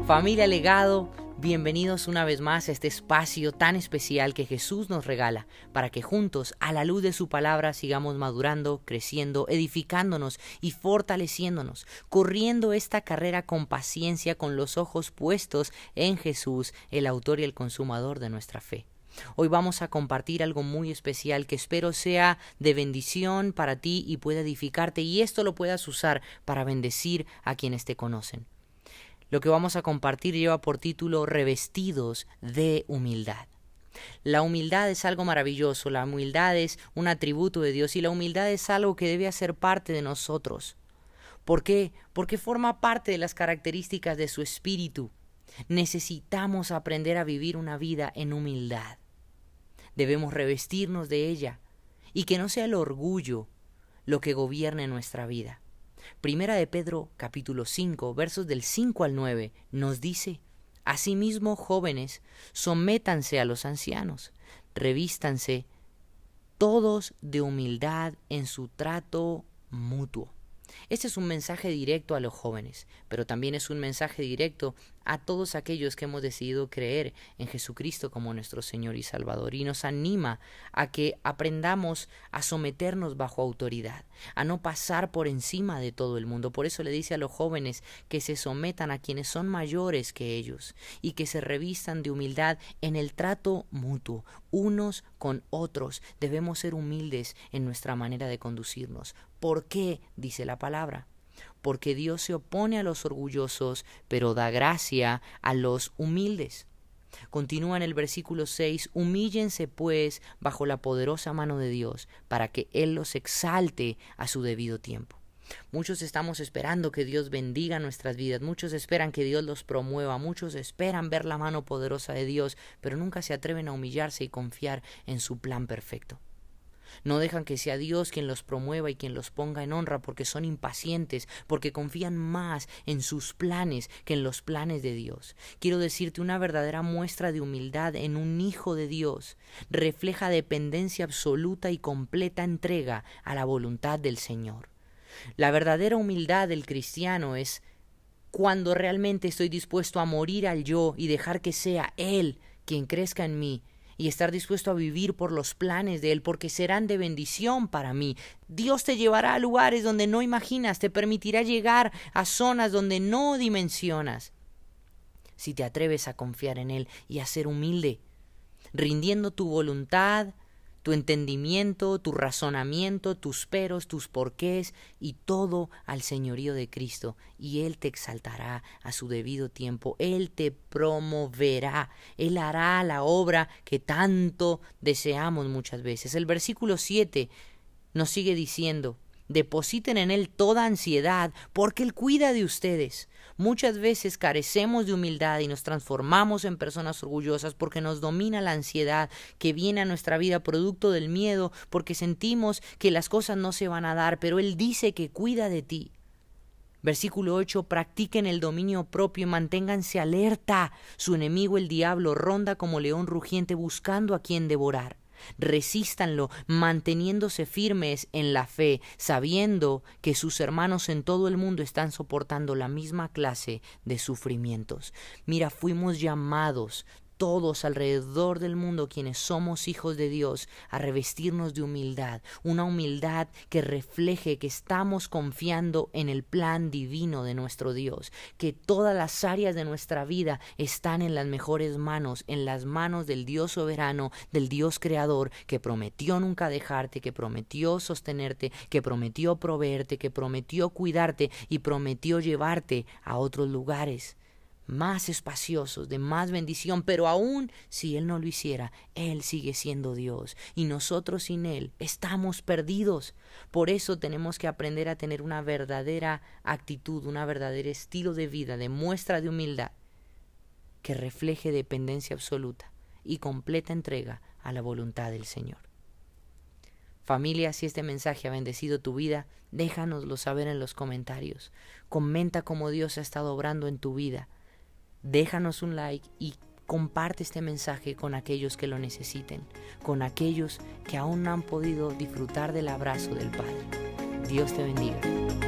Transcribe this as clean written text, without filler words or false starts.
Familia Legado, bienvenidos una vez más a este espacio tan especial que Jesús nos regala para que juntos, a la luz de su palabra, sigamos madurando, creciendo, edificándonos y fortaleciéndonos, corriendo esta carrera con paciencia, con los ojos puestos en Jesús, el autor y el consumador de nuestra fe. Hoy vamos a compartir algo muy especial que espero sea de bendición para ti y pueda edificarte, y esto lo puedas usar para bendecir a quienes te conocen. Lo que vamos a compartir lleva por título Revestidos de humildad. La humildad es algo maravilloso, la humildad es un atributo de Dios y la humildad es algo que debe hacer parte de nosotros. ¿Por qué? Porque forma parte de las características de su espíritu. Necesitamos aprender a vivir una vida en humildad. Debemos revestirnos de ella y que no sea el orgullo lo que gobierne nuestra vida. Primera de Pedro, capítulo 5, versos del 5 al 9, nos dice: Asimismo, jóvenes, sométanse a los ancianos, revístanse todos de humildad en su trato mutuo. Este es un mensaje directo a los jóvenes, pero también es un mensaje directo a todos aquellos que hemos decidido creer en Jesucristo como nuestro Señor y Salvador, y nos anima a que aprendamos a someternos bajo autoridad, a no pasar por encima de todo el mundo. Por eso le dice a los jóvenes que se sometan a quienes son mayores que ellos y que se revistan de humildad en el trato mutuo, unos con otros. Debemos ser humildes en nuestra manera de conducirnos. ¿Por qué? Dice la palabra. Porque Dios se opone a los orgullosos, pero da gracia a los humildes. Continúa en el versículo 6, humíllense pues bajo la poderosa mano de Dios, para que Él los exalte a su debido tiempo. Muchos estamos esperando que Dios bendiga nuestras vidas, muchos esperan que Dios los promueva, muchos esperan ver la mano poderosa de Dios, pero nunca se atreven a humillarse y confiar en su plan perfecto. No dejan que sea Dios quien los promueva y quien los ponga en honra, porque son impacientes, porque confían más en sus planes que en los planes de Dios. Quiero decirte, una verdadera muestra de humildad en un hijo de Dios refleja dependencia absoluta y completa entrega a la voluntad del Señor. La verdadera humildad del cristiano es cuando realmente estoy dispuesto a morir al yo y dejar que sea Él quien crezca en mí, y estar dispuesto a vivir por los planes de Él, porque serán de bendición para mí. Dios te llevará a lugares donde no imaginas, te permitirá llegar a zonas donde no dimensionas, si te atreves a confiar en Él y a ser humilde, rindiendo tu voluntad, tu entendimiento, tu razonamiento, tus peros, tus porqués y todo al señorío de Cristo, y Él te exaltará a su debido tiempo. Él te promoverá, Él hará la obra que tanto deseamos muchas veces. El versículo 7 nos sigue diciendo: depositen en Él toda ansiedad, porque Él cuida de ustedes. Muchas veces carecemos de humildad y nos transformamos en personas orgullosas porque nos domina la ansiedad que viene a nuestra vida producto del miedo, porque sentimos que las cosas no se van a dar, pero Él dice que cuida de ti. Versículo 8, practiquen el dominio propio y manténganse alerta. Su enemigo, el diablo, ronda como león rugiente buscando a quien devorar. Resístanlo, manteniéndose firmes en la fe, sabiendo que sus hermanos en todo el mundo están soportando la misma clase de sufrimientos. Mira, fuimos llamados todos alrededor del mundo, quienes somos hijos de Dios, a revestirnos de humildad, una humildad que refleje que estamos confiando en el plan divino de nuestro Dios, que todas las áreas de nuestra vida están en las mejores manos, en las manos del Dios soberano, del Dios creador, que prometió nunca dejarte, que prometió sostenerte, que prometió proveerte, que prometió cuidarte y prometió llevarte a otros lugares más espaciosos, de más bendición. Pero aún si Él no lo hiciera, Él sigue siendo Dios y nosotros sin Él estamos perdidos. Por eso tenemos que aprender a tener una verdadera actitud, un verdadero estilo de vida, de muestra de humildad que refleje dependencia absoluta y completa entrega a la voluntad del Señor. Familia, si este mensaje ha bendecido tu vida, déjanoslo saber en los comentarios. Comenta cómo Dios ha estado obrando en tu vida. Déjanos un like y comparte este mensaje con aquellos que lo necesiten, con aquellos que aún no han podido disfrutar del abrazo del Padre. Dios te bendiga.